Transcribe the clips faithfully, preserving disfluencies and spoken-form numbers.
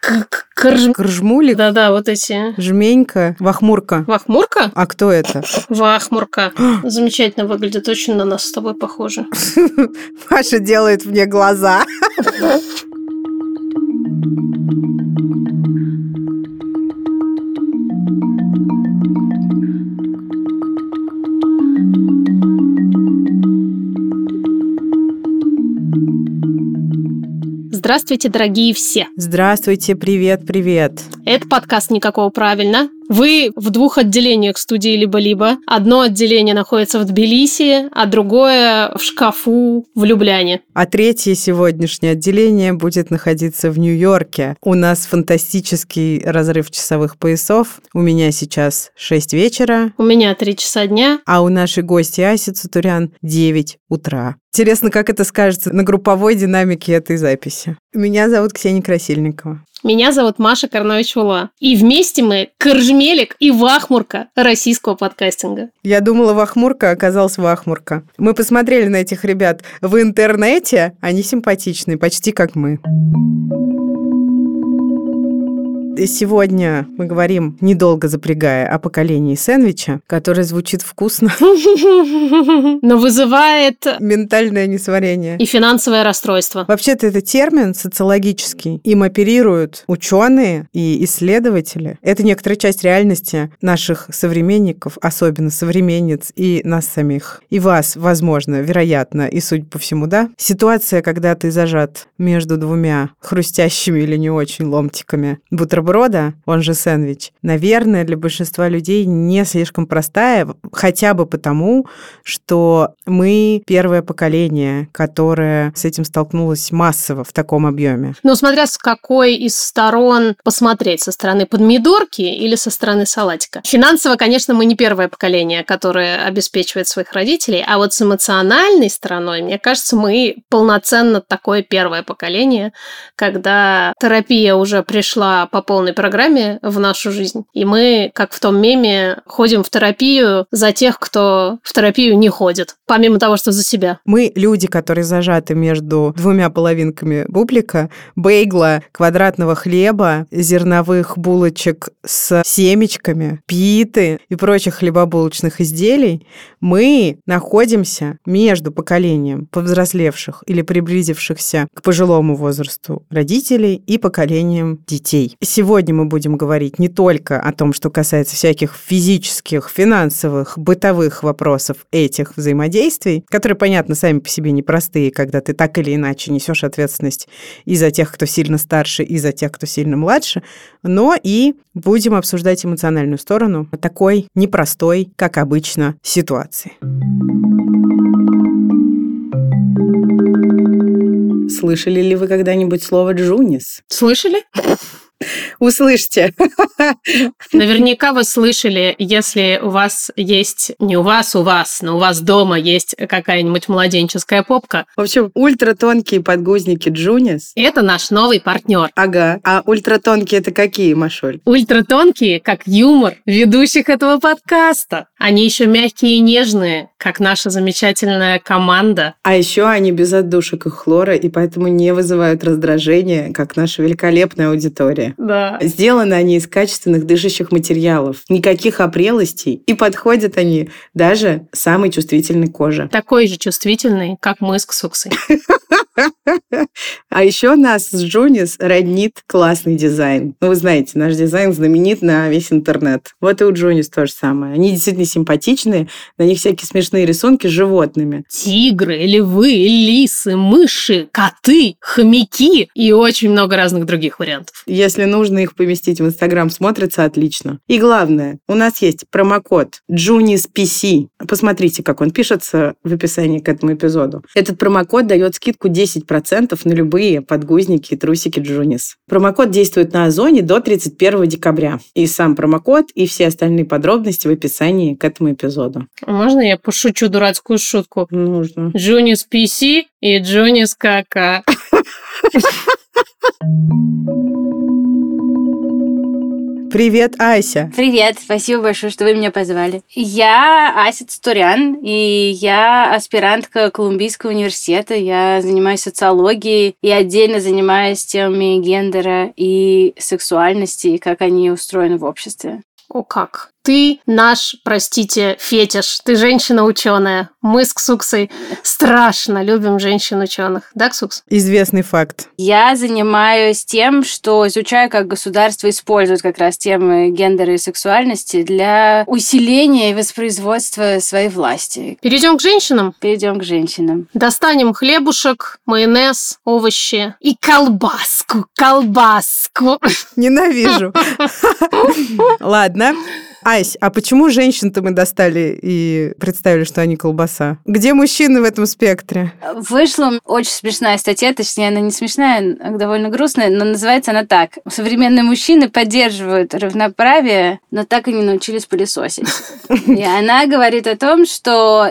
Крж... Кржмулик? Да-да, вот эти. Жменька? Вахмурка? Вахмурка? А кто это? Вахмурка. Замечательно выглядит, очень на нас с тобой похоже. Маша делает мне глаза. Здравствуйте, дорогие все! Здравствуйте, привет-привет! Это подкаст «Никакого правильно». Вы в двух отделениях студии «Либо-либо». Одно отделение находится в Тбилиси, а другое в шкафу в Любляне. А третье сегодняшнее отделение будет находиться в Нью-Йорке. У нас фантастический разрыв часовых поясов. У меня сейчас шесть вечера. У меня три часа дня. А у нашей гости Аси Цутурян девять утра. Интересно, как это скажется на групповой динамике этой записи. Меня зовут Ксения Красильникова. Меня зовут Маша Карнович-Ула. И вместе мы Кржмелик и Вахмурка российского подкастинга. Я думала, Вахмурка, оказалась Вахмурка. Мы посмотрели на этих ребят в интернете. Они симпатичные, почти как мы. Сегодня мы говорим, недолго запрягая, о поколении сэндвича, которое звучит вкусно, но вызывает ментальное несварение и финансовое расстройство. Вообще-то это термин социологический. Им оперируют ученые и исследователи. Это некоторая часть реальности наших современников, особенно современниц и нас самих. И вас, возможно, вероятно, и судя по всему, да? Ситуация, когда ты зажат между двумя хрустящими или не очень ломтиками бутерброда, брода, он же сэндвич, наверное, для большинства людей не слишком простая, хотя бы потому, что мы первое поколение, которое с этим столкнулось массово в таком объеме. Ну, смотря с какой из сторон посмотреть, со стороны подмидорки или со стороны салатика. Финансово, конечно, мы не первое поколение, которое обеспечивает своих родителей, а вот с эмоциональной стороной, мне кажется, мы полноценно такое первое поколение, когда терапия уже пришла по полной программе в нашу жизнь. И мы, как в том меме, ходим в терапию за тех, кто в терапию не ходит, помимо того, что за себя. Мы люди, которые зажаты между двумя половинками бублика, бейгла, квадратного хлеба, зерновых булочек с семечками, питы и прочих хлебобулочных изделий. Мы находимся между поколением повзрослевших или приблизившихся к пожилому возрасту родителей и поколением детей. Сегодня мы будем говорить не только о том, что касается всяких физических, финансовых, бытовых вопросов этих взаимодействий, которые, понятно, сами по себе непростые, когда ты так или иначе несешь ответственность и за тех, кто сильно старше, и за тех, кто сильно младше, но и будем обсуждать эмоциональную сторону такой непростой, как обычно, ситуации. Слышали ли вы когда-нибудь слово «джунис»? Слышали? Услышьте. Наверняка вы слышали, если у вас есть, не у вас, у вас, но у вас дома есть какая-нибудь младенческая попка. В общем, ультратонкие подгузники Джунис. Это наш новый партнер. Ага. А ультратонкие это какие, Машуль? Ультратонкие, как юмор ведущих этого подкаста. Они еще мягкие и нежные, как наша замечательная команда. А еще они без отдушек и хлора, и поэтому не вызывают раздражения, как наша великолепная аудитория. Да. Сделаны они из качественных дышащих материалов. Никаких опрелостей. И подходят они даже самой чувствительной коже. Такой же чувствительный, как мы с Ксуксой. А еще нас с Джунис роднит классный дизайн. Ну, вы знаете, наш дизайн знаменит на весь интернет. Вот и у Джунис то же самое. Они действительно симпатичные. На них всякие смешные рисунки с животными. Тигры, львы, лисы, мыши, коты, хомяки и очень много разных других вариантов. Если нужно их поместить в Инстаграм, смотрится отлично. И главное, у нас есть промокод джунис пи си. Посмотрите, как он пишется в описании к этому эпизоду. Этот промокод дает скидку десять процентов на любые подгузники и трусики Джунис. Промокод действует на Озоне до тридцать первого декабря. И сам промокод, и все остальные подробности в описании к этому эпизоду. Можно я пошучу дурацкую шутку? Нужно. Джунис пи си и Джунис кака. Привет, Ася. Привет, спасибо большое, что вы меня позвали. Я Ася Цатурян, и я аспирантка Колумбийского университета. Я занимаюсь социологией и отдельно занимаюсь темами гендера и сексуальности, и как они устроены в обществе. О как! Ты наш, простите, фетиш. Ты женщина-ученая. Мы с Ксуксой страшно любим женщин-ученых. Да, Ксукс? Известный факт. Я занимаюсь тем, что изучаю, как государство использует как раз темы гендера и сексуальности для усиления и воспроизводства своей власти. Перейдем к женщинам? Перейдем к женщинам. Достанем хлебушек, майонез, овощи и колбаску. Колбаску. Ненавижу. Ладно. Ась, а почему женщин-то мы достали и представили, что они колбаса? Где мужчины в этом спектре? Вышла очень смешная статья, точнее, она не смешная, а довольно грустная, но называется она так. Современные мужчины поддерживают равноправие, но так и не научились пылесосить. И она говорит о том, что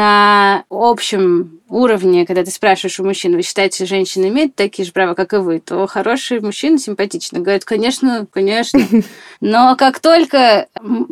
на общем уровне, когда ты спрашиваешь у мужчин, вы считаете, женщина имеет такие же права, как и вы, то хороший мужчина симпатичный говорит, конечно, конечно. Но как только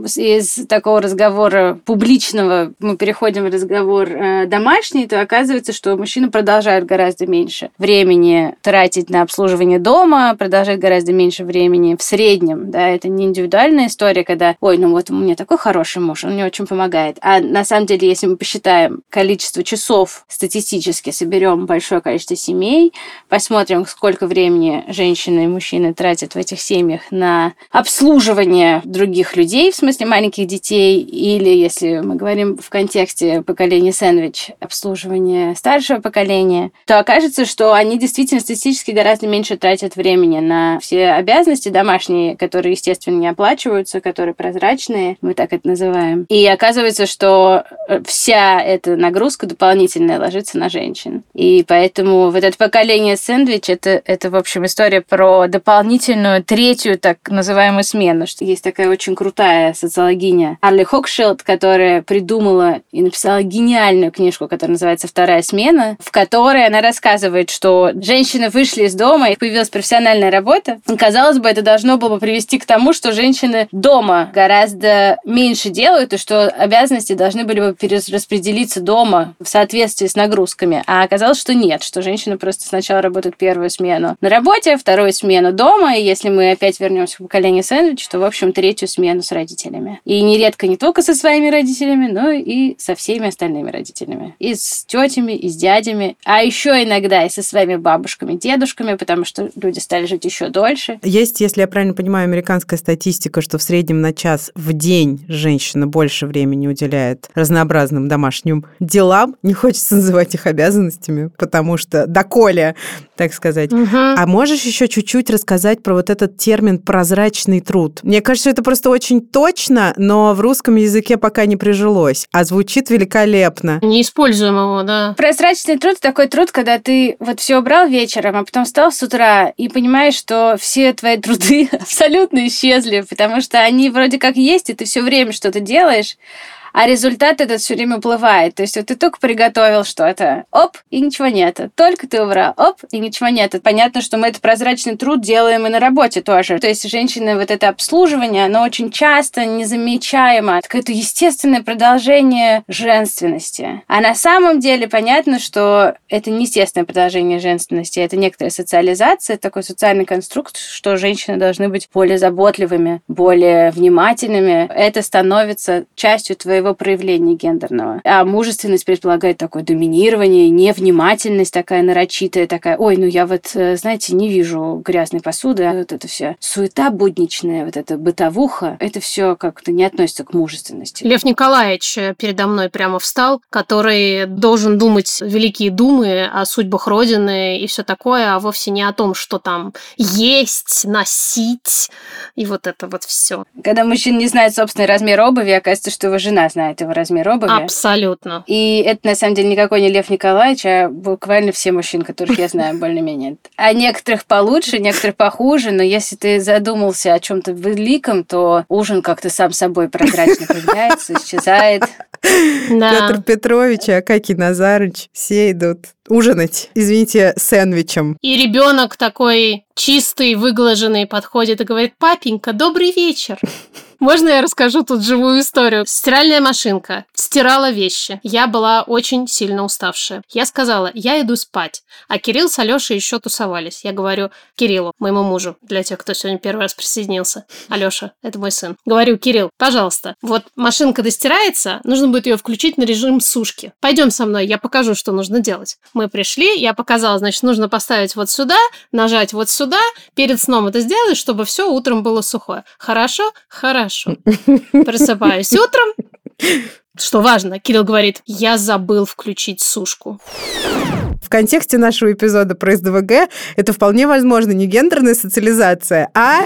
из такого разговора публичного мы переходим в разговор э, домашний, то оказывается, что мужчины продолжают гораздо меньше времени тратить на обслуживание дома, продолжают гораздо меньше времени в среднем. Да, это не индивидуальная история, когда, ой, ну вот у меня такой хороший муж, он мне очень помогает. А на самом деле, если мы посчитаем количество часов, статистически соберем большое количество семей, посмотрим, сколько времени женщины и мужчины тратят в этих семьях на обслуживание других людей, в смысле маленьких детей, или, если мы говорим в контексте поколения сэндвич, обслуживание старшего поколения, то окажется, что они действительно статистически гораздо меньше тратят времени на все обязанности домашние, которые, естественно, не оплачиваются, которые прозрачные, мы так это называем. И оказывается, что вся эта нагрузка дополнительная ложится на женщин. И поэтому вот это поколение сэндвич, это, это, в общем, история про дополнительную третью так называемую смену, что есть такая очень крутая социологиня Арли Хокшилд, которая придумала и написала гениальную книжку, которая называется «Вторая смена», в которой она рассказывает, что женщины вышли из дома, и появилась профессиональная работа. И, казалось бы, это должно было бы привести к тому, что женщины дома гораздо меньше делают, и что обязанности должны были бы перераспределиться дома в соответствии с нагрузками. А оказалось, что нет, что женщины просто сначала работают первую смену на работе, вторую смену дома, и если мы опять вернемся к поколению сэндвич, то, в общем, третью смену с родителями. И нередко не только со своими родителями, но и со всеми остальными родителями. И с тетями, и с дядями, а еще иногда и со своими бабушками, дедушками, потому что люди стали жить еще дольше. Есть, если я правильно понимаю, американская статистика, что в среднем на час в день женщина больше времени уделяет разнообразным домашним делам. Не хочется называть их обязанностями, потому что доколе, так сказать. Угу. А можешь еще чуть-чуть рассказать про вот этот термин «прозрачный труд»? Мне кажется, это просто очень точно, но в русском языке пока не прижилось, а звучит великолепно. Не используем его, да. Прозрачный труд – такой труд, когда ты вот все убрал вечером, а потом встал с утра и понимаешь, что все твои труды абсолютно исчезли, потому что они вроде как есть, и ты все время что-то делаешь, а результат этот все время уплывает. То есть вот ты только приготовил что-то, оп, и ничего нет. Только ты убрал, оп, и ничего нет. Понятно, что мы этот прозрачный труд делаем и на работе тоже. То есть женщины, вот это обслуживание, оно очень часто незамечаемо. Это естественное продолжение женственности. А на самом деле понятно, что это не естественное продолжение женственности, это некоторая социализация, такой социальный конструкт, что женщины должны быть более заботливыми, более внимательными. Это становится частью твоего проявления гендерного. А мужественность предполагает такое доминирование, невнимательность такая нарочитая, такая, ой, ну я вот, знаете, не вижу грязной посуды, а вот это все суета будничная, вот эта бытовуха, это все как-то не относится к мужественности. Лев Николаевич передо мной прямо встал, который должен думать великие думы о судьбах Родины и все такое, а вовсе не о том, что там есть, носить и вот это вот все. Когда мужчина не знает собственный размер обуви, оказывается, что его жена знает его размер обуви. Абсолютно. И это, на самом деле, никакой не Лев Николаевич, а буквально все мужчины, которых я знаю более-менее. А некоторых получше, некоторых похуже, но если ты задумался о чем-то великом, то ужин как-то сам собой прозрачно появляется, исчезает. Да. Петр Петрович и Акакий Назарыч все идут ужинать, извините, сэндвичем. И ребенок такой чистый, выглаженный подходит и говорит: папенька, добрый вечер. Можно я расскажу тут живую историю? Стиральная машинка стирала вещи. Я была очень сильно уставшая. Я сказала: я иду спать. А Кирилл с Алёшей еще тусовались. Я говорю Кириллу, моему мужу, для тех, кто сегодня первый раз присоединился. Алёша, это мой сын. Говорю: Кирилл, пожалуйста, вот машинка достирается, нужно будет ее включить на режим сушки. Пойдем со мной, я покажу, что нужно делать. Мы пришли, я показала, значит, нужно поставить вот сюда, нажать вот сюда, перед сном это сделать, чтобы все утром было сухое. Хорошо? Хорошо. Просыпаюсь утром. Что важно, Кирилл говорит: я забыл включить сушку. В контексте нашего эпизода про эс дэ вэ гэ это вполне возможно не гендерная социализация, а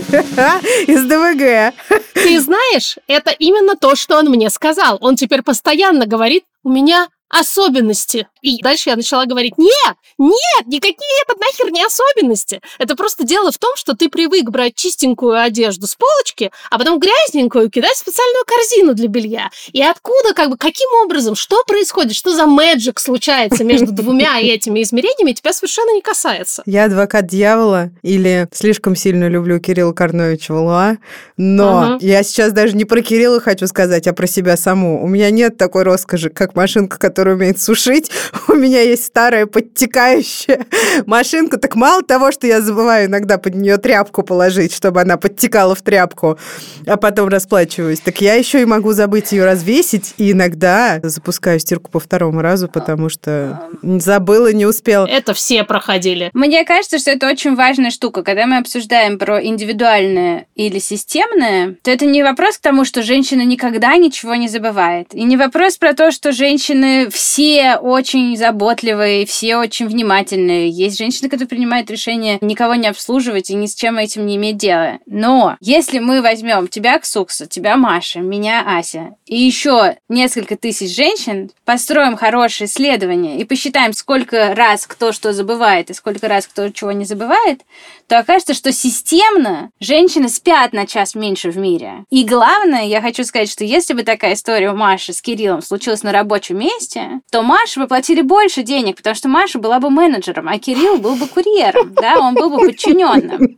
эс дэ вэ гэ. Ты знаешь, это именно то, что он мне сказал. Он теперь постоянно говорит: у меня особенности. И дальше я начала говорить: нет, нет, никакие это нахер не особенности. Это просто дело в том, что ты привык брать чистенькую одежду с полочки, а потом грязненькую кидать в специальную корзину для белья. И откуда, как бы, каким образом, что происходит, что за мэджик случается между двумя этими измерениями, тебя совершенно не касается. Я адвокат дьявола или слишком сильно люблю Кирилла Карновича Валуа, но угу. я сейчас даже не про Кирилла хочу сказать, а про себя саму. У меня нет такой роскоши, как машинка, которая умеет сушить. У меня есть старая подтекающая машинка. Так мало того, что я забываю иногда под нее тряпку положить, чтобы она подтекала в тряпку, а потом расплачиваюсь, так я еще и могу забыть ее развесить, и иногда запускаю стирку по второму разу, потому что забыла, не успела. Это все проходили. Мне кажется, что это очень важная штука. Когда мы обсуждаем про индивидуальное или системное, то это не вопрос к тому, что женщина никогда ничего не забывает. И не вопрос про то, что женщины все очень заботливые, все очень внимательные. Есть женщины, которые принимают решение никого не обслуживать и ни с чем этим не иметь дела. Но если мы возьмем тебя, Ксукса, тебя, Маша, меня, Ася, и еще несколько тысяч женщин, построим хорошее исследование и посчитаем, сколько раз кто что забывает и сколько раз кто чего не забывает, то окажется, что системно женщины спят на час меньше в мире. И главное, я хочу сказать, что если бы такая история у Маши с Кириллом случилась на рабочем месте, то Маше бы платили больше денег, потому что Маша была бы менеджером, а Кирилл был бы курьером, да, он был бы подчиненным.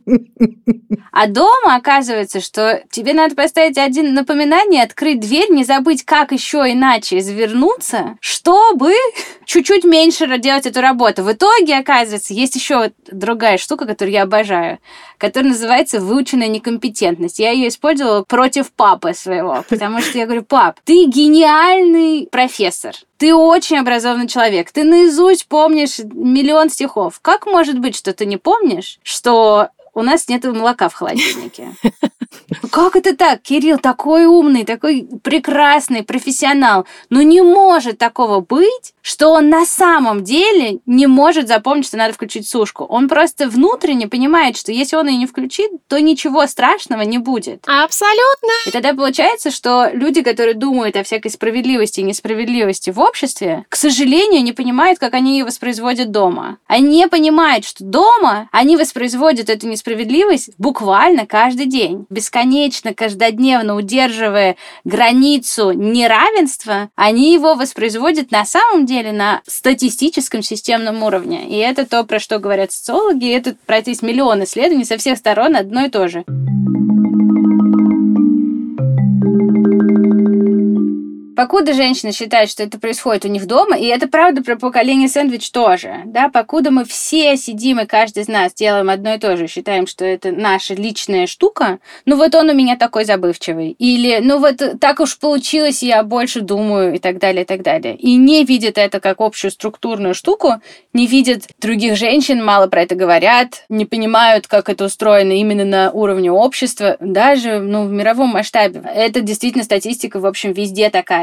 А дома оказывается, что тебе надо поставить один напоминание, открыть дверь, не забыть, как еще иначе извернуться, чтобы чуть-чуть меньше делать эту работу. В итоге, оказывается, есть еще другая штука, которую я обожаю, которая называется выученная некомпетентность. Я ее использовала против папы своего, потому что я говорю: пап, ты гениальный профессор, ты очень образованный человек, ты наизусть помнишь миллион стихов. Как может быть, что ты не помнишь, что у нас нет молока в холодильнике? Как это так? Кирилл такой умный, такой прекрасный профессионал. Но не может такого быть, что он на самом деле не может запомнить, что надо включить сушку. Он просто внутренне понимает, что если он ее не включит, то ничего страшного не будет. Абсолютно. И тогда получается, что люди, которые думают о всякой справедливости и несправедливости в обществе, к сожалению, не понимают, как они ее воспроизводят дома. Они не понимают, что дома они воспроизводят эту несправедливость буквально каждый день. Бесконечно, каждодневно удерживая границу неравенства, они его воспроизводят на самом деле на статистическом системном уровне. И это то, про что говорят социологи, и это про это есть миллион исследований со всех сторон одно и то же. Покуда женщины считают, что это происходит у них дома, и это правда про поколение сэндвич тоже, да, покуда мы все сидим, и каждый из нас делаем одно и то же, считаем, что это наша личная штука, ну вот он у меня такой забывчивый, или ну вот так уж получилось, я больше думаю, и так далее, и так далее. И не видят это как общую структурную штуку, не видят других женщин, мало про это говорят, не понимают, как это устроено именно на уровне общества, даже ну, в мировом масштабе. Это действительно статистика, в общем, везде такая.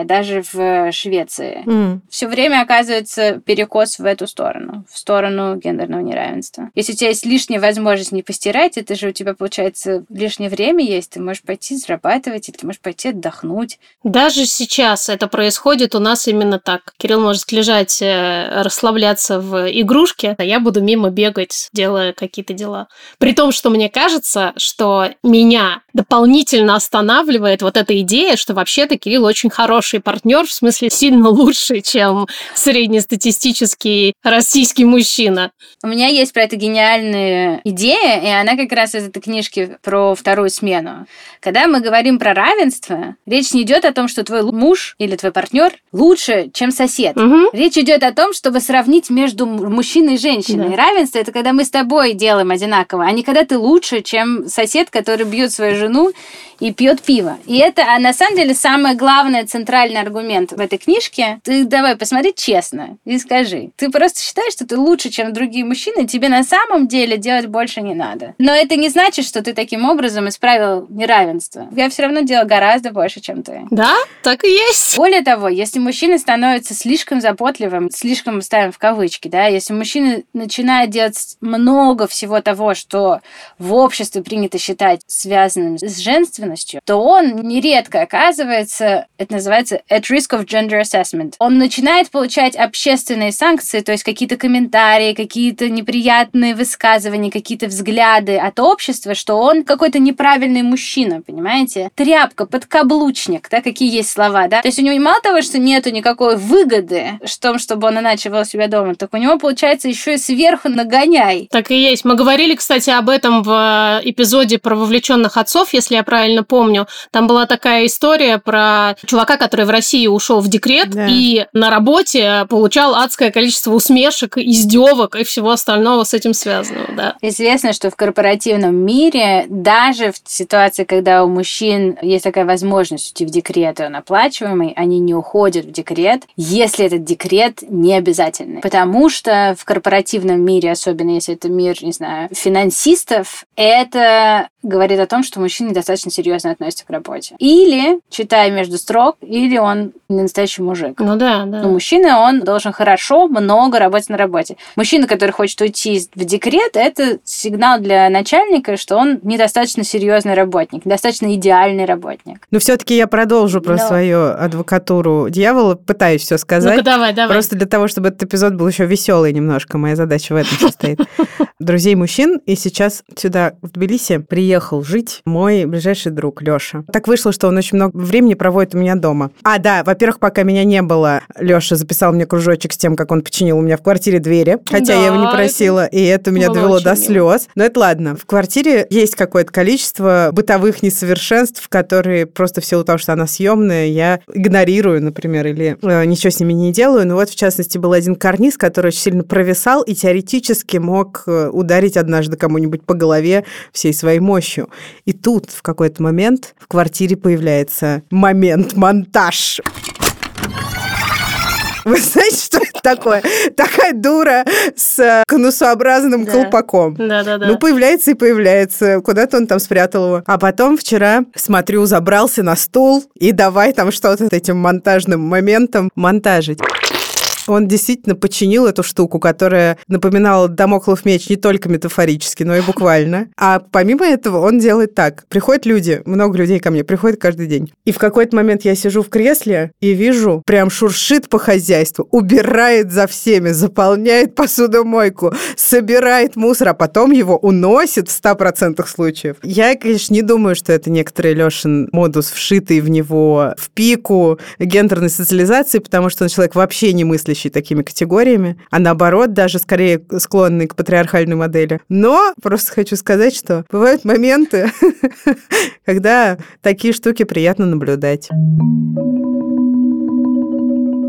Китае, даже в Швеции. Mm. Все время оказывается перекос в эту сторону, в сторону гендерного неравенства. Если у тебя есть лишняя возможность не постирать, это же у тебя, получается, лишнее время есть, ты можешь пойти зарабатывать, или ты можешь пойти отдохнуть. Даже сейчас это происходит у нас именно так. Кирилл может лежать, расслабляться в игрушке, а я буду мимо бегать, делая какие-то дела. При том, что мне кажется, что меня дополнительно останавливает вот эта идея, что вообще-то Кирилл очень хороший партнер, в смысле сильно лучше, чем среднестатистический российский мужчина. У меня есть про это гениальная идея, и она как раз из этой книжки про вторую смену. Когда мы говорим про равенство, речь не идет о том, что твой муж или твой партнер лучше, чем сосед. Угу. Речь идет о том, чтобы сравнить между мужчиной и женщиной. Да. Равенство — это когда мы с тобой делаем одинаково, а не когда ты лучше, чем сосед, который бьет свою жену и пьет пиво. И это, а на самом деле, самый главный центральный аргумент в этой книжке. Ты давай посмотри честно и скажи. Ты просто считаешь, что ты лучше, чем другие мужчины, и тебе на самом деле делать больше не надо. Но это не значит, что ты таким образом исправил неравенство. Я все равно делаю гораздо больше, чем ты. Да, так и есть. Более того, если мужчина становится слишком заботливым, слишком ставим в кавычки, да, если мужчина начинает делать много всего того, что в обществе принято считать связанным с женственностью, то он нередко оказывается, это называется at risk of gender assessment. Он начинает получать общественные санкции, то есть какие-то комментарии, какие-то неприятные высказывания, какие-то взгляды от общества, что он какой-то неправильный мужчина, понимаете? Тряпка, подкаблучник, да, какие есть слова, да? То есть у него мало того, что нету никакой выгоды в том, чтобы он иначе вел себя дома, так у него, получается, еще и сверху нагоняй. Так и есть. Мы говорили, кстати, об этом в эпизоде про вовлеченных отцов, если я правильно помню. Там была такая история про чувака, который в России ушел в декрет, да, и на работе получал адское количество усмешек, издевок и всего остального с этим связанного, да. Известно, что в корпоративном мире, даже в ситуации, когда у мужчин есть такая возможность уйти в декрет, и он оплачиваемый, они не уходят в декрет, если этот декрет не обязательный. Потому что в корпоративном мире, особенно если это мир, не знаю, финансистов, это говорит о том, что мужчины недостаточно серьезно относятся к работе. Или, читая между строк, или он не настоящий мужик. Ну да, да. Но мужчина, он должен хорошо, много работать на работе. Мужчина, который хочет уйти в декрет, это сигнал для начальника, что он недостаточно серьезный работник, недостаточно идеальный работник. Но все-таки я продолжу про Но... свою адвокатуру дьявола, пытаюсь все сказать. Ну-ка, давай, давай. Просто для того, чтобы этот эпизод был еще веселый немножко. Моя задача в этом состоит. Друзей мужчин, и сейчас сюда, в Тбилиси, приехал жить мой ближайший друг Лёша. Так вышло, что он очень много времени проводит у меня дома. А, да, во-первых, пока меня не было, Лёша записал мне кружочек с тем, как он починил у меня в квартире двери, хотя да, я его не просила, это... и это меня довело до слез. Но это ладно. В квартире есть какое-то количество бытовых несовершенств, которые просто в силу того, что она съемная, я игнорирую, например, или э, ничего с ними не делаю. Но вот, в частности, был один карниз, который очень сильно провисал и теоретически мог ударить однажды кому-нибудь по голове всей своей мощью. И тут в какой-то момент в квартире появляется момент-монтаж. Вы знаете, что это такое? Такая дура с конусообразным да. колпаком. Да-да-да. Ну, появляется и появляется. Куда-то он там спрятал его. А потом вчера, смотрю, забрался на стул и давай там что-то этим монтажным моментом монтажить. Он действительно починил эту штуку, которая напоминала дамоклов меч не только метафорически, но и буквально. А помимо этого он делает так. Приходят люди, много людей ко мне, приходят каждый день. И в какой-то момент я сижу в кресле и вижу, прям шуршит по хозяйству, убирает за всеми, заполняет посудомойку, собирает мусор, а потом его уносит в ста процентах случаев. Я, конечно, не думаю, что это некоторый Лёшин модус, вшитый в него в пику гендерной социализации, потому что он человек вообще не мыслящий такими категориями, а наоборот, даже скорее склонный к патриархальной модели. Но просто хочу сказать, что бывают моменты, когда такие штуки приятно наблюдать.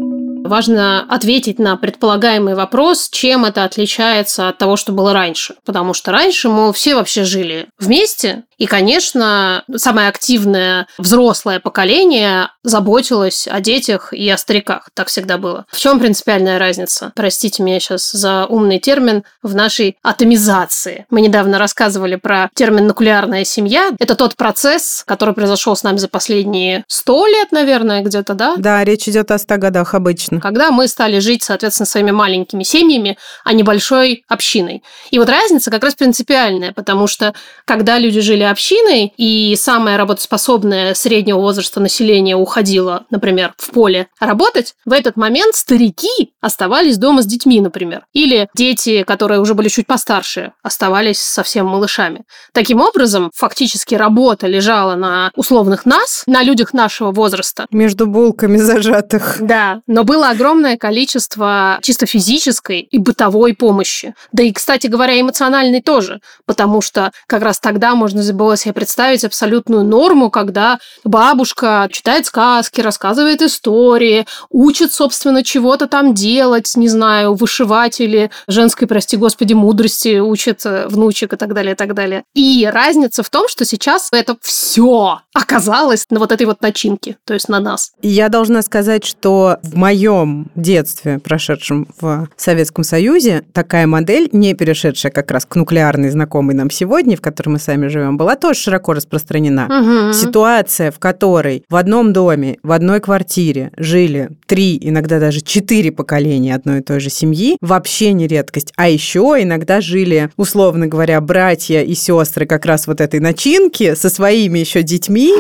Важно ответить на предполагаемый вопрос, чем это отличается от того, что было раньше. Потому что раньше мы все вообще жили вместе, и, конечно, самое активное взрослое поколение заботилось о детях и о стариках. Так всегда было. В чем принципиальная разница? Простите меня сейчас за умный термин в нашей атомизации. Мы недавно рассказывали про термин «нуклеарная семья». Это тот процесс, который произошел с нами за последние сто лет, наверное, где-то, да? Да, речь идет о ста годах обычно. Когда мы стали жить, соответственно, своими маленькими семьями, а не большой общиной. И вот разница как раз принципиальная, потому что когда люди жили общиной, и самое работоспособное среднего возраста населения уходило, например, в поле работать, в этот момент старики оставались дома с детьми, например. Или дети, которые уже были чуть постарше, оставались совсем малышами. Таким образом, фактически работа лежала на условных нас, на людях нашего возраста. Между булками зажатых. Да, но было огромное количество чисто физической и бытовой помощи. Да и, кстати говоря, эмоциональной тоже, потому что как раз тогда можно было себе представить абсолютную норму, когда бабушка читает сказки, рассказывает истории, учит, собственно, чего-то там делать, не знаю, вышивать или женской, прости господи, мудрости учит внучек и так далее, и так далее. И разница в том, что сейчас это все оказалось на вот этой вот начинке, то есть на нас. Я должна сказать, что в моем детстве, прошедшем в Советском Союзе, такая модель, не перешедшая как раз к нуклеарной, знакомой нам сегодня, в которой мы сами живем, была тоже широко распространена. Угу. Ситуация, в которой в одном доме, в одной квартире жили три, иногда даже четыре поколения одной и той же семьи, вообще не редкость. А еще иногда жили, условно говоря, братья и сестры как раз вот этой начинки со своими еще детьми,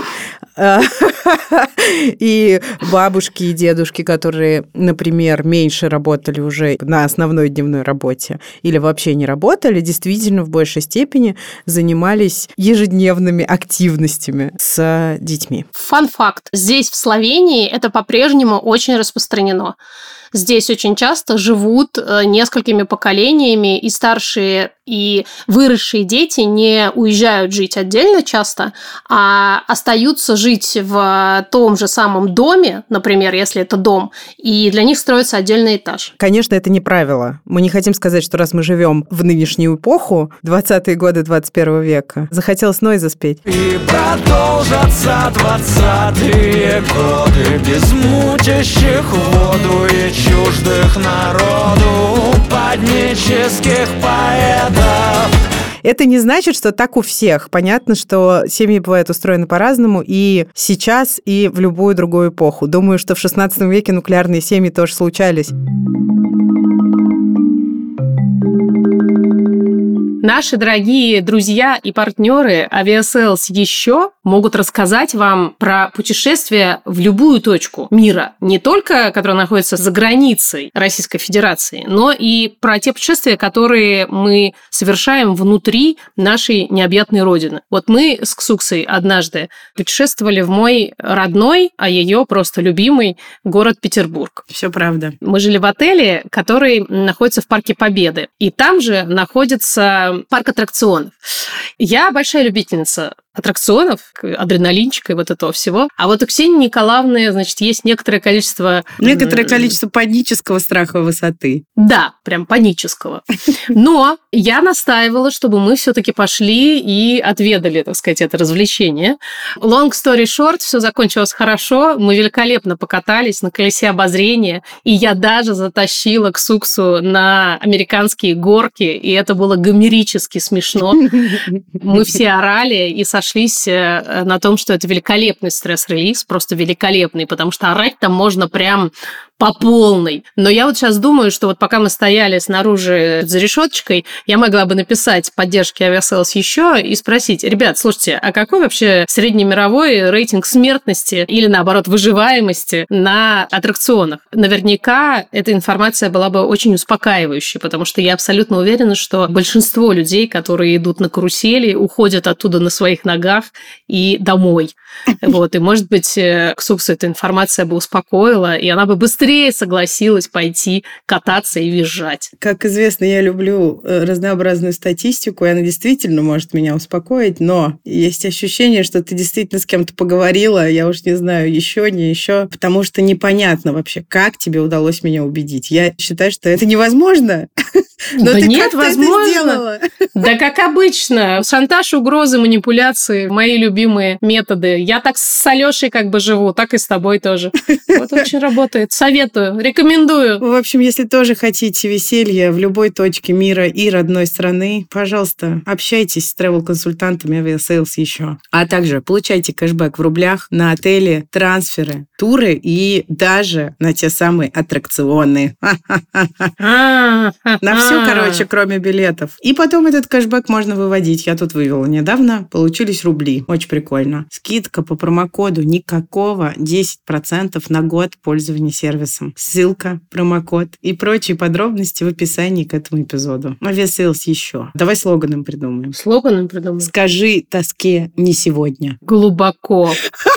и бабушки и дедушки, которые, например, меньше работали уже на основной дневной работе или вообще не работали, действительно в большей степени занимались ежедневными активностями с детьми. Фан-факт. Здесь, в Словении, это по-прежнему очень распространено. Здесь очень часто живут несколькими поколениями, и старшие, и выросшие дети не уезжают жить отдельно часто, а остаются жить в том же самом доме, например, если это дом, и для них строится отдельный этаж. Конечно, это не правило. Мы не хотим сказать, что раз мы живем в нынешнюю эпоху, двадцатые годы двадцать первого века, захотелось Нойза спеть. И продолжатся двадцатые годы без мутящих воду и чуждых народу поднических поэтов. Это не значит, что так у всех. Понятно, что семьи бывают устроены по-разному и сейчас, и в любую другую эпоху. Думаю, что в шестнадцатом веке нуклеарные семьи тоже случались. Наши дорогие друзья и партнеры Aviasales еще могут рассказать вам про путешествия в любую точку мира, не только которая находится за границей Российской Федерации, но и про те путешествия, которые мы совершаем внутри нашей необъятной родины. Вот мы с Ксуксой однажды путешествовали в мой родной, а ее просто любимый город Петербург. Все правда. Мы жили в отеле, который находится в Парке Победы, и там же находится парк аттракционов. Я большая любительница аттракционов, адреналинчика и вот этого всего. А вот у Ксении Николаевны, значит, есть некоторое количество... Некоторое количество панического страха высоты. Да, прям панического. Но я настаивала, чтобы мы все-таки пошли и отведали, так сказать, это развлечение. Long story short, все закончилось хорошо. Мы великолепно покатались на колесе обозрения, и я даже затащила Ксуксу на американские горки, и это было гомерически смешно. Мы все орали и сошлись на том, что это великолепный стресс-релиз, просто великолепный, потому что орать там можно прям по полной. Но я вот сейчас думаю, что вот пока мы стояли снаружи за решеточкой, я могла бы написать поддержки Aviasales еще и спросить: ребят, слушайте, а какой вообще среднемировой рейтинг смертности или, наоборот, выживаемости на аттракционах? Наверняка эта информация была бы очень успокаивающей, потому что я абсолютно уверена, что большинство людей, которые идут на карусели, уходят оттуда на своих ногах и домой. Вот. И, может быть, Ксуксу эта информация бы успокоила, и она бы быстрее быстрее согласилась пойти кататься и визжать. Как известно, я люблю разнообразную статистику, и она действительно может меня успокоить, но есть ощущение, что ты действительно с кем-то поговорила, я уж не знаю, еще, не еще, потому что непонятно вообще, как тебе удалось меня убедить. Я считаю, что это невозможно. Но да ты нет, как возможно. Это сделала? Да как обычно. Шантаж, угрозы, манипуляции – мои любимые методы. Я так с Алешей как бы живу, так и с тобой тоже. Вот очень работает. Советую, рекомендую. В общем, если тоже хотите веселья в любой точке мира и родной страны, пожалуйста, общайтесь с тревел-консультантами Aviasales еще. А также получайте кэшбэк в рублях на отели, трансферы, туры и даже на те самые аттракционы. На все, короче, кроме билетов. И потом этот кэшбэк можно выводить. Я тут вывела недавно. Получились рубли. Очень прикольно. Скидка по промокоду никакого. десять процентов на год пользования сервисом. Ссылка, промокод и прочие подробности в описании к этому эпизоду. Aviasales еще. Давай слоганом придумаем. Слоганом придумаем? Скажи тоске не сегодня. Глубоко.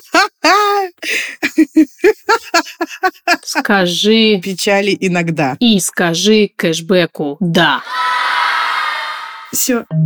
Скажи печали иногда. И скажи кэшбэку да. Все.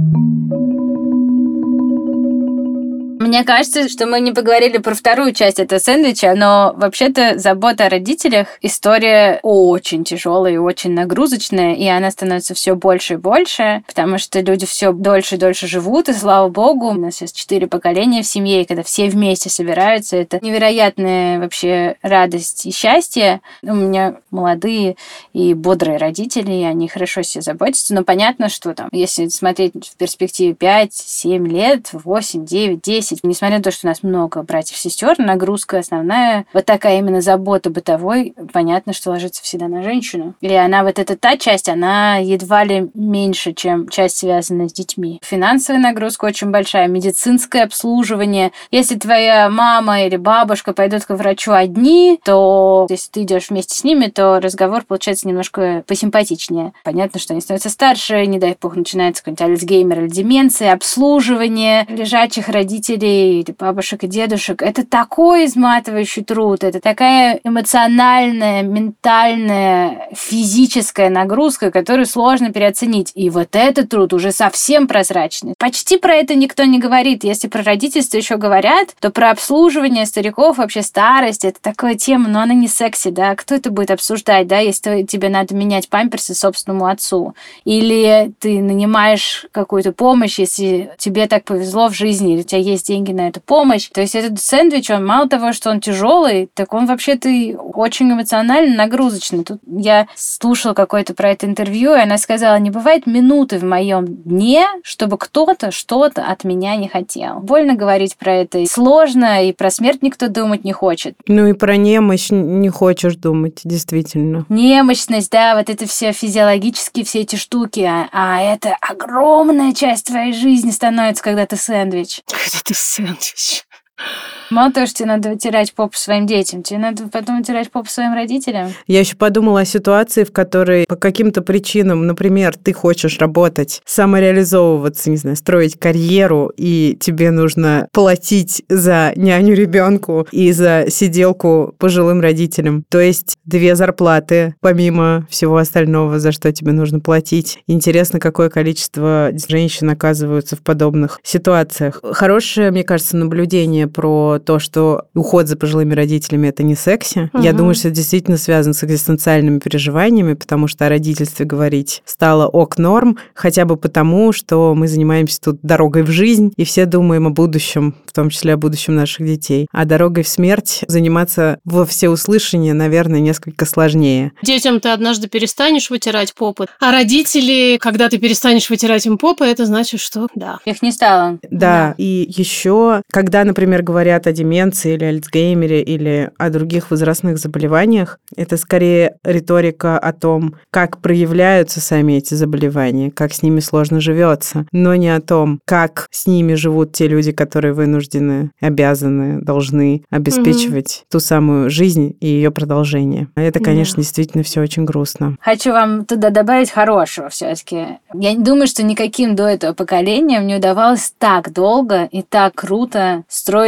Мне кажется, что мы не поговорили про вторую часть этого сэндвича, но вообще-то забота о родителях – история очень тяжелая и очень нагрузочная, и она становится все больше и больше, потому что люди все дольше и дольше живут, и слава богу, у нас сейчас четыре поколения в семье, и когда все вместе собираются, это невероятная вообще радость и счастье. У меня молодые и бодрые родители, и они хорошо себе заботятся, но понятно, что там, если смотреть в перспективе пять-семь лет, восемь, девять, десять, несмотря на то, что у нас много братьев и сестер, нагрузка основная, вот такая именно забота бытовой, понятно, что ложится всегда на женщину. И она, вот эта та часть, она едва ли меньше, чем часть, связанная с детьми. Финансовая нагрузка очень большая, медицинское обслуживание. Если твоя мама или бабушка пойдут к врачу одни, то если ты идешь вместе с ними, то разговор получается немножко посимпатичнее. Понятно, что они становятся старше, не дай бог, начинается какой-нибудь альцгеймер или деменция, обслуживание лежачих родителей или бабушек и дедушек. Это такой изматывающий труд, это такая эмоциональная, ментальная, физическая нагрузка, которую сложно переоценить. И вот этот труд уже совсем прозрачный. Почти про это никто не говорит. Если про родительство еще говорят, то про обслуживание стариков, вообще старость, это такая тема, но она не секси, да? Кто это будет обсуждать, да, если тебе надо менять памперсы собственному отцу? Или ты нанимаешь какую-то помощь, если тебе так повезло в жизни, или у тебя есть деньги на эту помощь. То есть этот сэндвич, он мало того, что он тяжелый, так он вообще-то очень эмоционально нагрузочный. Тут я слушала какое-то про это интервью, и она сказала, не бывает минуты в моем дне, чтобы кто-то что-то от меня не хотел. Больно говорить про это. Сложно, и про смерть никто думать не хочет. Ну и про немощь не хочешь думать, действительно. Немощность, да, вот это все физиологические все эти штуки, а, а это огромная часть твоей жизни становится, когда ты сэндвич. Когда ты сэндвич. Мало того, что тебе надо вытирать попу своим детям, тебе надо потом вытирать попу своим родителям. Я еще подумала о ситуации, в которой по каким-то причинам, например, ты хочешь работать, самореализовываться, не знаю, строить карьеру, и тебе нужно платить за няню ребенку и за сиделку пожилым родителям. То есть две зарплаты, помимо всего остального, за что тебе нужно платить. Интересно, какое количество женщин оказываются в подобных ситуациях. Хорошее, мне кажется, наблюдение про то, что уход за пожилыми родителями – это не секси. Угу. Я думаю, что это действительно связано с экзистенциальными переживаниями, потому что о родительстве говорить стало ок-норм, хотя бы потому, что мы занимаемся тут дорогой в жизнь, и все думаем о будущем, в том числе о будущем наших детей. А дорогой в смерть заниматься во всеуслышание, наверное, несколько сложнее. Детям ты однажды перестанешь вытирать попы, а родители, когда ты перестанешь вытирать им попы, это значит, что да. Их не стало. Да, да. И еще, когда, например, говорят о деменции или Альцгеймере или о других возрастных заболеваниях, это скорее риторика о том, как проявляются сами эти заболевания, как с ними сложно живется, но не о том, как с ними живут те люди, которые вынуждены, обязаны, должны обеспечивать угу. ту самую жизнь и ее продолжение. Это, конечно, да. действительно все очень грустно. Хочу вам туда добавить хорошего все-таки. Я не думаю, что никаким до этого поколением не удавалось так долго и так круто строить отношения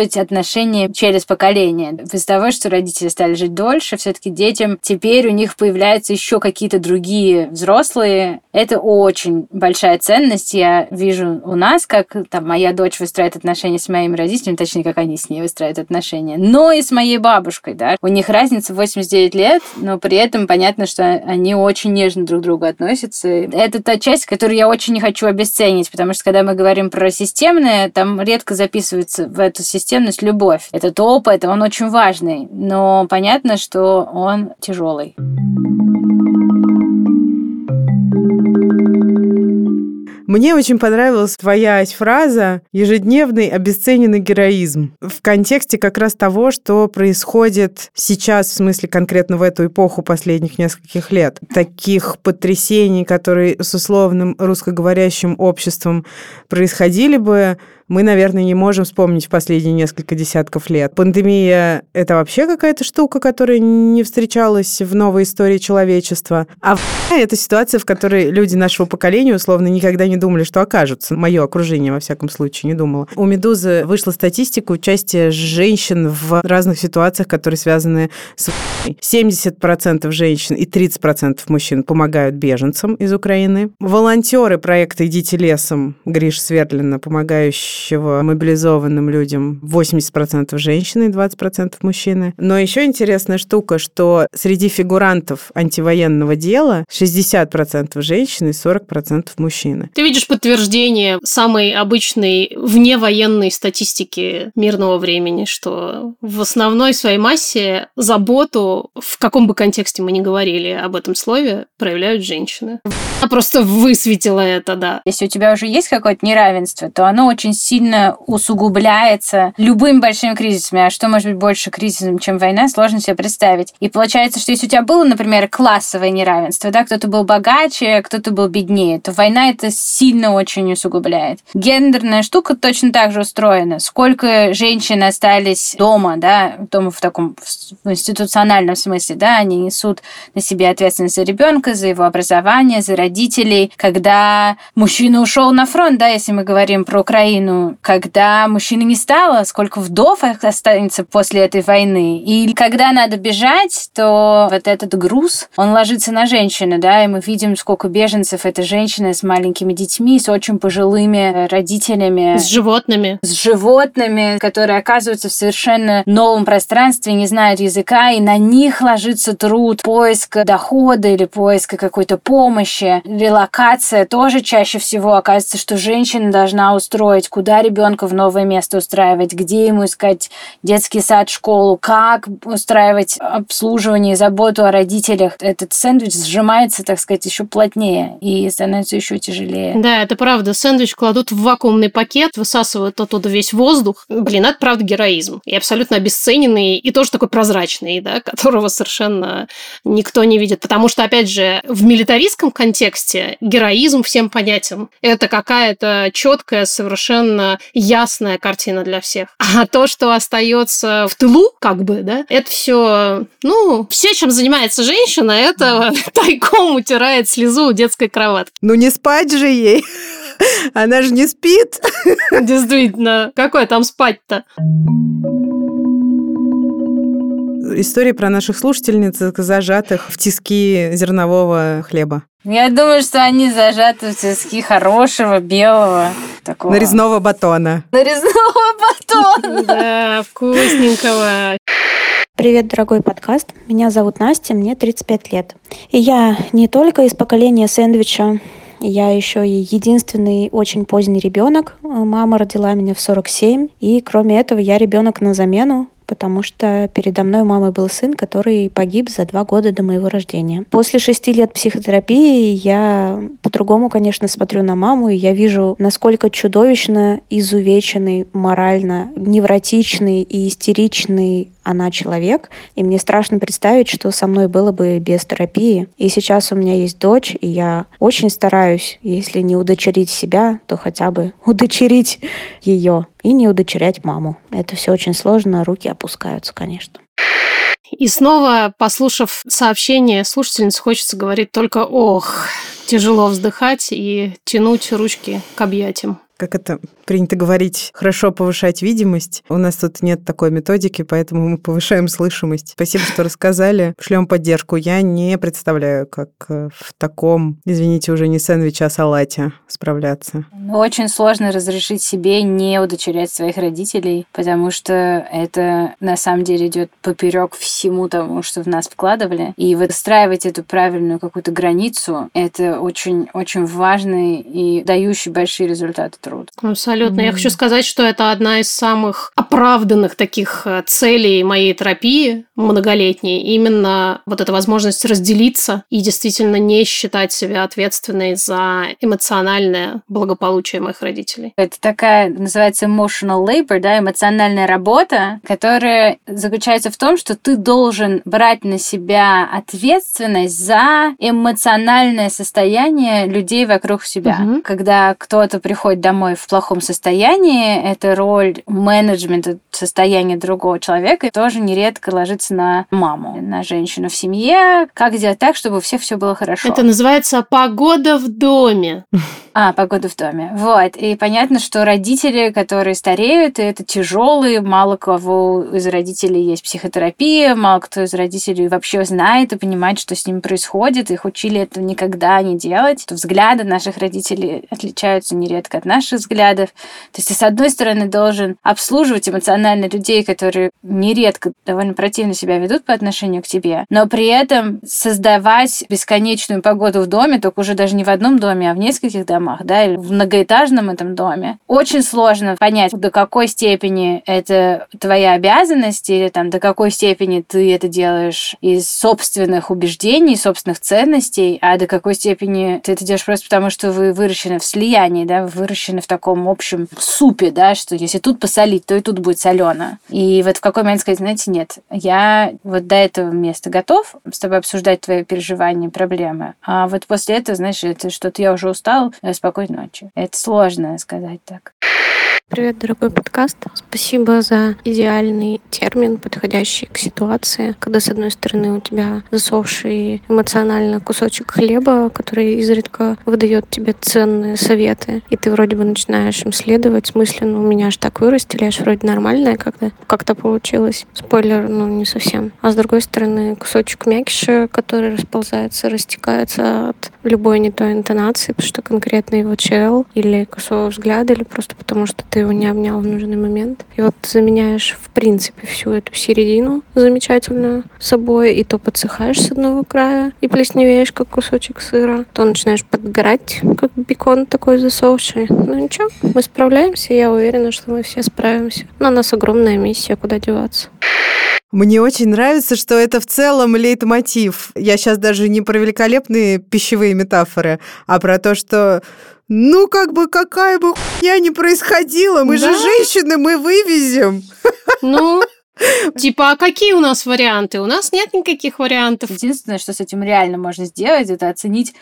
отношения через поколение. Из-за того, что родители стали жить дольше, все-таки детям теперь у них появляются еще какие-то другие взрослые. Это очень большая ценность. Я вижу у нас, как там моя дочь выстраивает отношения с моими родителями, точнее, как они с ней выстраивают отношения, но и с моей бабушкой, да. У них разница восемьдесят девять лет, но при этом понятно, что они очень нежно друг к другу относятся. Это та часть, которую я очень не хочу обесценить, потому что когда мы говорим про системное, там редко записывается в эту системность любовь. Этот опыт, он очень важный, но понятно, что он тяжелый. Мне очень понравилась твоя фраза «ежедневный обесцененный героизм» в контексте как раз того, что происходит сейчас, в смысле конкретно в эту эпоху последних нескольких лет. Таких потрясений, которые с условным русскоговорящим обществом происходили бы, мы, наверное, не можем вспомнить в последние несколько десятков лет. Пандемия — это вообще какая-то штука, которая не встречалась в новой истории человечества. А это ситуация, в которой люди нашего поколения условно никогда не думали, что окажутся. Мое окружение, во всяком случае, не думало. У «Медузы» вышла статистика участия женщин в разных ситуациях, которые связаны с войной. семьдесят процентов женщин и тридцать процентов мужчин помогают беженцам из Украины. Волонтеры проекта «Идите лесом» Гриш Свердлина, помогающие мобилизованным людям, восемьдесят процентов женщины и двадцать процентов мужчины. Но еще интересная штука, что среди фигурантов антивоенного дела шестьдесят процентов женщины и сорок процентов мужчины. Ты видишь подтверждение самой обычной вневоенной статистики мирного времени, что в основной своей массе заботу, в каком бы контексте мы ни говорили об этом слове, проявляют женщины. Она просто высветила это, да. Если у тебя уже есть какое-то неравенство, то оно очень сильно усугубляется любыми большими кризисами. А что может быть больше кризисом, чем война, сложно себе представить. И получается, что если у тебя было, например, классовое неравенство, да, кто-то был богаче, кто-то был беднее, то война это сильно очень усугубляет. Гендерная штука точно так же устроена. Сколько женщин остались дома, да, дома в таком в институциональном смысле, да, они несут на себе ответственность за ребенка, за его образование, за родителей. Когда мужчина ушел на фронт, да, если мы говорим про Украину, когда мужчины не стало, сколько вдов останется после этой войны. И когда надо бежать, то вот этот груз, он ложится на женщину, да, и мы видим, сколько беженцев это женщины с маленькими детьми, с очень пожилыми родителями. С животными. С животными, которые оказываются в совершенно новом пространстве, не знают языка, и на них ложится труд поиска дохода или поиска какой-то помощи. Релокация тоже чаще всего оказывается, что женщина должна устроить, куда ребенка в новое место устраивать, где ему искать детский сад, школу, как устраивать обслуживание и заботу о родителях. Этот сэндвич сжимается, так сказать, еще плотнее и становится еще тяжелее. Да, это правда. Сэндвич кладут в вакуумный пакет, высасывают оттуда весь воздух. Блин, это правда героизм. И абсолютно обесцененный, и тоже такой прозрачный, да, которого совершенно никто не видит. Потому что, опять же, в милитаристском контексте героизм всем понятен. Это какая-то четкая, совершенно ясная картина для всех. А то, что остается в тылу, как бы, да, это все, ну, все, чем занимается женщина, это тайком утирает слезу у детской кроватки. Ну, не спать же ей. Она же не спит. Действительно. Какое там спать-то? Истории про наших слушательниц, зажатых в тиски зернового хлеба. Я думаю, что они зажаты в тиски хорошего, белого, такого... Нарезного батона. Нарезного батона! Да, вкусненького. Привет, дорогой подкаст. Меня зовут Настя, мне тридцать пять лет. И я не только из поколения сэндвича, я еще и единственный очень поздний ребенок. Мама родила меня в сорок семь, и кроме этого я ребенок на замену, потому что передо мной мамой был сын, который погиб за два года до моего рождения. После шести лет психотерапии я по-другому, конечно, смотрю на маму, и я вижу, насколько чудовищно изувеченный, морально невротичный и истеричный она человек, и мне страшно представить, что со мной было бы без терапии. И сейчас у меня есть дочь, и я очень стараюсь, если не удочерить себя, то хотя бы удочерить ее и не удочерять маму. Это все очень сложно, руки опускаются, конечно. И снова, послушав сообщение слушательниц, хочется говорить только «ох», тяжело вздыхать и тянуть ручки к объятиям. как это принято говорить, хорошо повышать видимость. У нас тут нет такой методики, поэтому мы повышаем слышимость. Спасибо, что рассказали. Шлем поддержку. Я не представляю, как в таком, извините, уже не сэндвиче, а салате справляться. Очень сложно разрешить себе не удочерять своих родителей, потому что это на самом деле идет поперек всему тому, что в нас вкладывали. И выстраивать эту правильную какую-то границу — это очень-очень важный и дающий большие результаты труд. Абсолютно. Mm-hmm. Я хочу сказать, что это одна из самых оправданных таких целей моей терапии многолетней. Именно вот эта возможность разделиться и действительно не считать себя ответственной за эмоциональное благополучие моих родителей. Это такая, называется emotional labor, да, эмоциональная работа, которая заключается в том, что ты должен брать на себя ответственность за эмоциональное состояние людей вокруг себя. Mm-hmm. Когда кто-то приходит домой в плохом состоянии, это роль менеджмента состояния другого человека и тоже нередко ложится на маму, на женщину в семье. Как сделать так, чтобы у всех все было хорошо? Это называется погода в доме. А, погода в доме. Вот. И понятно, что родители, которые стареют, и это тяжелые, мало кого из родителей есть психотерапия, мало кто из родителей вообще знает и понимает, что с ними происходит. Их учили этого никогда не делать. Взгляды наших родителей отличаются нередко от наших взглядов. То есть ты, с одной стороны, должен обслуживать эмоционально людей, которые нередко довольно противно себя ведут по отношению к тебе, но при этом создавать бесконечную погоду в доме, только уже даже не в одном доме, а в нескольких домах, да, или в многоэтажном этом доме. Очень сложно понять, до какой степени это твоя обязанность, или там до какой степени ты это делаешь из собственных убеждений, собственных ценностей, а до какой степени ты это делаешь просто потому, что вы выращены в слиянии, да, вы выращены в таком общем супе, да, что если тут посолить, то и тут будет солено. И вот в какой момент сказать, знаете, нет, я вот до этого места готов с тобой обсуждать твои переживания, проблемы, а вот после этого, знаешь, это что-то я уже устал, спокойной ночи. Это сложно сказать так. Привет, дорогой подкаст. Спасибо за идеальный термин, подходящий к ситуации, когда, с одной стороны, у тебя засохший эмоционально кусочек хлеба, который изредка выдает тебе ценные советы, и ты вроде бы начинаешь им следовать, в смысле, ну, меня аж так вырастили, аж вроде нормальное как-то, как-то получилось. Спойлер, ну, не совсем. А с другой стороны, кусочек мякиша, который расползается, растекается от любой не той интонации, потому что конкретно его чел, или косого взгляда, или просто потому, что ты его не обнял в нужный момент. И вот ты заменяешь, в принципе, всю эту середину замечательную собой, и то подсыхаешь с одного края и плесневеешь, как кусочек сыра, то начинаешь подгорать, как бекон такой засохший. Ну ничего, мы справляемся, я уверена, что мы все справимся. Но у нас огромная миссия, куда деваться. Мне очень нравится, что это в целом лейтмотив. Я сейчас даже не про великолепные пищевые метафоры, а про то, что ну, как бы, какая бы хуйня ни происходила, мы да? же женщины, мы вывезем. Ну, типа, а какие у нас варианты? У нас нет никаких вариантов. Единственное, что с этим реально можно сделать, это оценить,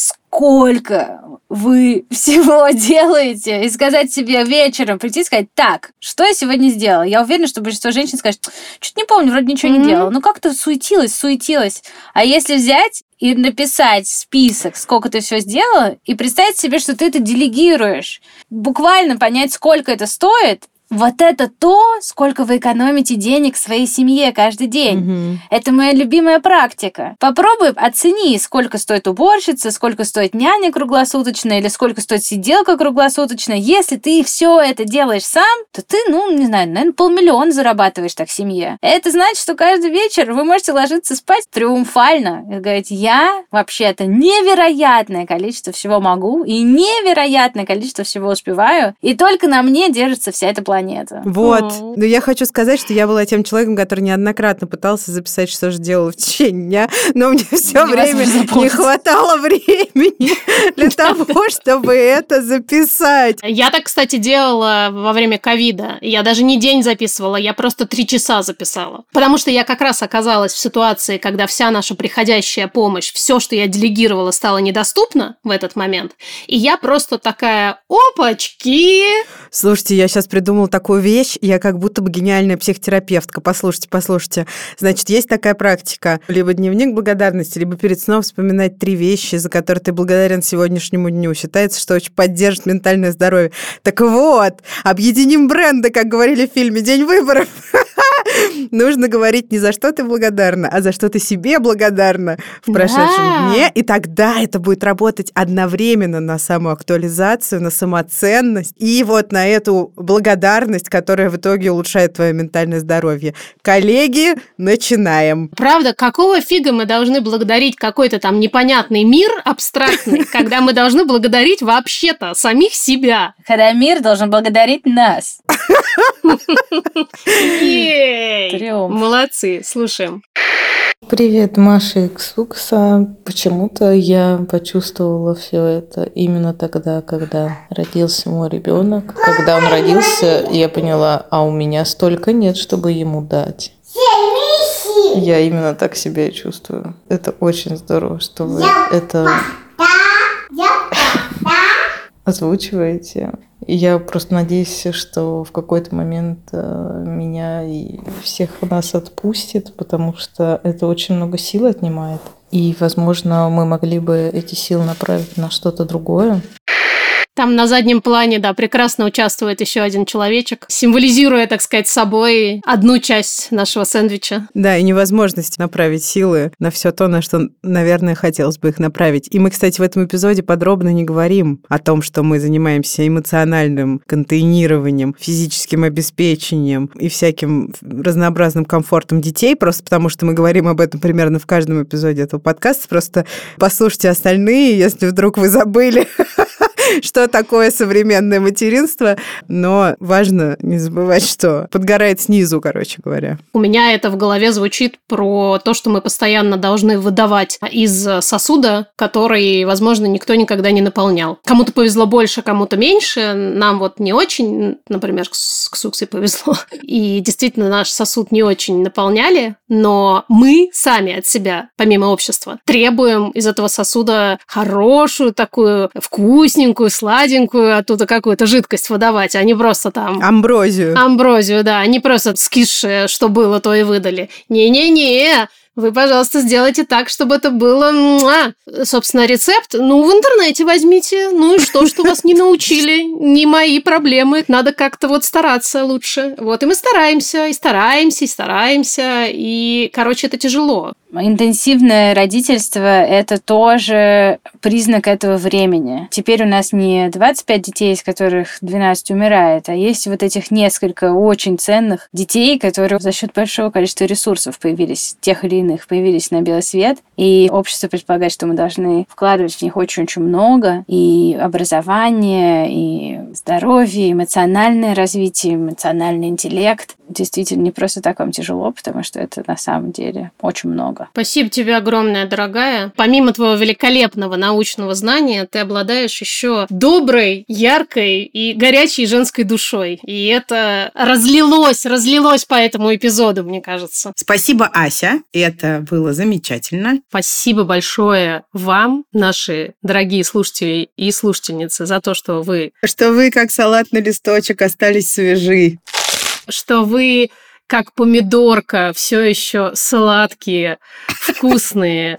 сколько вы всего делаете, и сказать себе вечером, прийти и сказать, так, что я сегодня сделала? Я уверена, что большинство женщин скажет, что-то не помню, вроде ничего mm-hmm. не делала. Ну, как-то суетилась, суетилась. А если взять и написать список, сколько ты все сделала, и представить себе, что ты это делегируешь, буквально понять, сколько это стоит, вот это то, сколько вы экономите денег своей семье каждый день. Mm-hmm. Это моя любимая практика. Попробуй оцени, сколько стоит уборщица, сколько стоит няня круглосуточная или сколько стоит сиделка круглосуточная. Если ты все это делаешь сам, то ты, ну, не знаю, наверное, полмиллиона зарабатываешь так в семье. Это значит, что каждый вечер вы можете ложиться спать триумфально и говорить, я вообще-то невероятное количество всего могу и невероятное количество всего успеваю, и только на мне держится вся эта планета. Вот. Mm. Но я хочу сказать, что я была тем человеком, который неоднократно пытался записать, что же делала в течение дня, но мне все время не хватало времени для того, чтобы это записать. Я так, кстати, делала во время ковида. Я даже не день записывала, я просто три часа записала. Потому что я как раз оказалась в ситуации, когда вся наша приходящая помощь, все, что я делегировала, стало недоступно в этот момент. И я просто такая, опачки! Слушайте, я сейчас придумала такую вещь, я как будто бы гениальная психотерапевтка. Послушайте, послушайте. Значит, есть такая практика. Либо дневник благодарности, либо перед сном вспоминать три вещи, за которые ты благодарен сегодняшнему дню. Считается, что очень поддержит ментальное здоровье. Так вот, объединим бренды, как говорили в фильме «День выборов». Нужно говорить не за что ты благодарна, а за что ты себе благодарна в прошедшем да. дне. И тогда это будет работать одновременно на самоактуализацию, на самоценность и вот на эту благодарность, которая в итоге улучшает твое ментальное здоровье. Коллеги, начинаем. Правда, какого фига мы должны благодарить какой-то там непонятный мир абстрактный, когда мы должны благодарить вообще-то самих себя? Когда мир должен благодарить нас. Молодцы, слушаем. Привет, Маша Иксукса. Почему-то я почувствовала все это именно тогда, когда родился мой ребенок. Когда он родился, я поняла, а у меня столько нет, чтобы ему дать. Я именно так себя и чувствую. Это очень здорово, что вы это озвучиваете. Я просто надеюсь, что в какой-то момент меня и всех нас отпустит, потому что это очень много сил отнимает. И, возможно, мы могли бы эти силы направить на что-то другое. Там на заднем плане, да, прекрасно участвует еще один человечек, символизируя, так сказать, собой одну часть нашего сэндвича. Да, и невозможность направить силы на все то, на что, наверное, хотелось бы их направить. И мы, кстати, в этом эпизоде подробно не говорим о том, что мы занимаемся эмоциональным контейнированием, физическим обеспечением и всяким разнообразным комфортом детей, просто потому что мы говорим об этом примерно в каждом эпизоде этого подкаста. Просто послушайте остальные, если вдруг вы забыли, что такое современное материнство, но важно не забывать, что подгорает снизу, короче говоря. У меня это в голове звучит про то, что мы постоянно должны выдавать из сосуда, который, возможно, никто никогда не наполнял. Кому-то повезло больше, кому-то меньше. Нам вот не очень, например, с Ксуксой повезло. И действительно, наш сосуд не очень наполняли, но мы сами от себя, помимо общества, требуем из этого сосуда хорошую такую вкусненькую, сладенькую, оттуда какую-то жидкость выдавать, а не просто там... Амброзию. Амброзию, да, не просто скисшее, что было, то и выдали. Не-не-не, вы, пожалуйста, сделайте так, чтобы это было... Муа! Собственно, рецепт, ну, в интернете возьмите. Ну и что, что вас не научили? Не мои проблемы. Надо как-то вот стараться лучше. Вот, и мы стараемся, и стараемся, и стараемся. И, короче, это тяжело. Интенсивное родительство – это тоже признак этого времени. Теперь у нас не двадцать пять детей, из которых двенадцать умирает, а есть вот этих несколько очень ценных детей, которые за счет большого количества ресурсов появились, тех или иных, появились на белый свет. И общество предполагает, что мы должны вкладывать в них очень-очень много. И образование, и здоровье, и эмоциональное развитие, эмоциональный интеллект. Действительно, не просто так вам тяжело, потому что это на самом деле очень много. Спасибо тебе огромное, дорогая. Помимо твоего великолепного научного знания, ты обладаешь еще доброй, яркой и горячей женской душой. И это разлилось, разлилось по этому эпизоду, мне кажется. Спасибо, Ася. Это было замечательно. Спасибо большое вам, наши дорогие слушатели и слушательницы, за то, что вы... Что вы, как салатный листочек, остались свежи. Что вы... как помидорка, все еще сладкие, вкусные.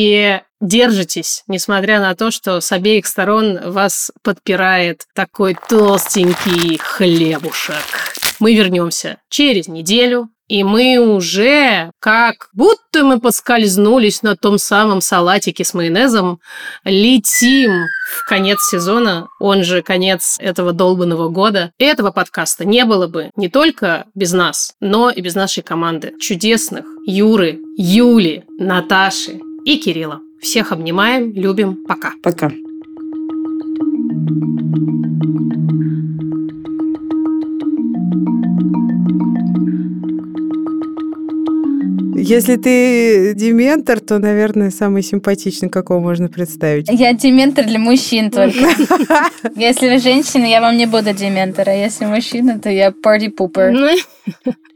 И держитесь, несмотря на то, что с обеих сторон вас подпирает такой толстенький хлебушек. Мы вернемся через неделю, и мы уже, как будто мы поскользнулись на том самом салатике с майонезом, летим в конец сезона, он же конец этого долбанного года. Этого подкаста не было бы не только без нас, но и без нашей команды чудесных Юры, Юли, Наташи и Кирилла. Всех обнимаем, любим, пока. Пока. Если ты дементор, то, наверное, самый симпатичный, какого можно представить. Я дементор для мужчин только. Если вы женщина, я вам не буду дементор, а если мужчина, то я party pooper.